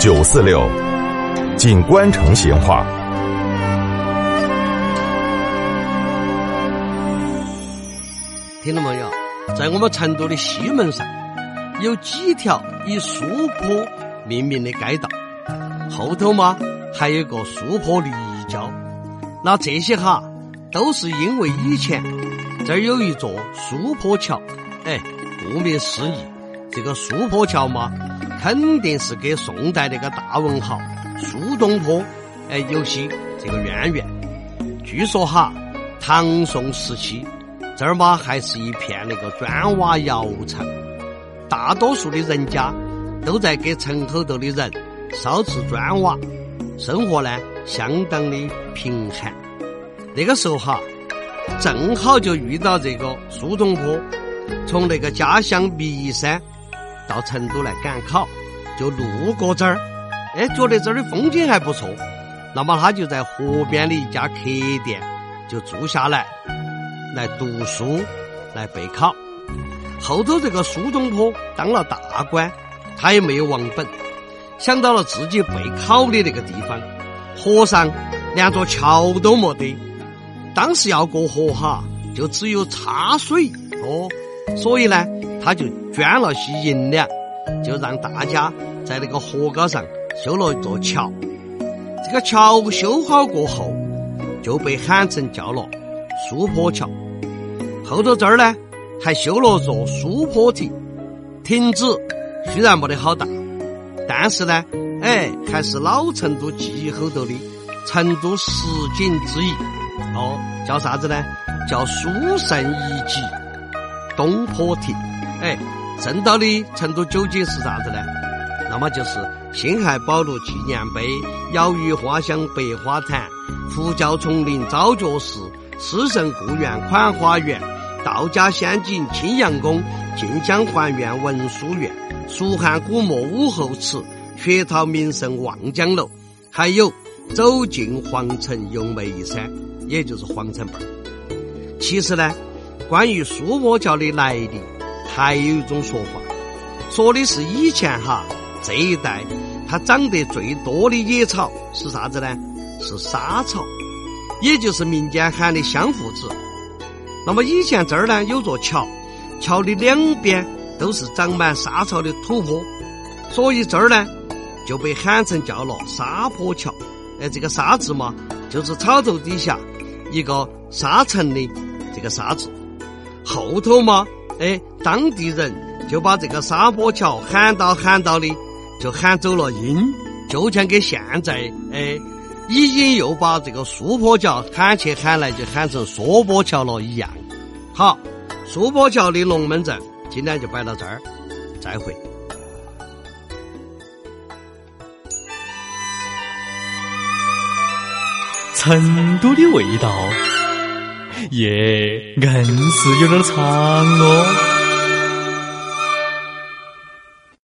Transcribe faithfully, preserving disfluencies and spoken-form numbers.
九四六，锦官城闲话。 听到没有？在我们成都的西门上，有几条以苏坡命名的街道，后头嘛还有个苏坡立交。那这些哈都是因为以前这儿有一座苏坡桥。哎，顾名思义，这个苏坡桥嘛，肯定是跟宋代那个大文豪苏东坡哎有些这个渊源。据说哈，唐宋时期这儿嘛还是一片那个砖瓦窑城，大多数的人家都在给城后头的人烧制砖瓦，生活呢相当的贫寒。那个时候哈，正好就遇到这个苏东坡从那个家乡弥山到成都来赶考，就路过这儿，哎，觉得这儿的风景还不错，那么他就在河边的一家客店就住下来来读书来备考。后头这个苏东坡当了大官，他也没有忘本，想到了自己备考的那个地方，河上连座桥都没得，当时要过河哈就只有插水哦，所以呢他就捐了些银两，就让大家在那个河高上修了一座桥。这个桥修好过后就被喊成叫了苏坡桥。后头这儿呢还修了座苏坡亭，亭子虽然没得好大，但是呢哎还是老成都记忆后头的成都十景之一哦，叫啥子呢？叫苏轼遗迹东坡亭。哎，正道的成都九景是啥子呢？那么就是辛亥宝路纪念碑、瑶屿花香百花坛、佛教丛林昭觉寺、诗圣故园款花园、道家仙境青阳宫、晋江还原文殊院、蜀汉古墓武后祠、学陶名胜望江楼，还有走进皇城咏梅一山，也就是皇城本。其实呢，关于苏坡桥的来历还有一种说法，说的是以前哈这一带它长得最多的野草是啥子呢？是沙草，也就是民间喊的香附子。那么以前这儿呢有座桥，桥的两边都是长满沙草的土坡，所以这儿呢就被喊成叫了沙坡桥。哎，这个沙字嘛就是草头底下一个沙尘的这个沙字。后头嘛哎，当地人就把这个沙坡桥喊到喊到的就喊走了音，就像跟现在哎已经又把这个苏坡桥喊去喊来就喊成梭坡桥了一样。好，苏坡桥的龙门阵今天就摆到这儿，再会。 成都的味道，耶，硬是有点长哦。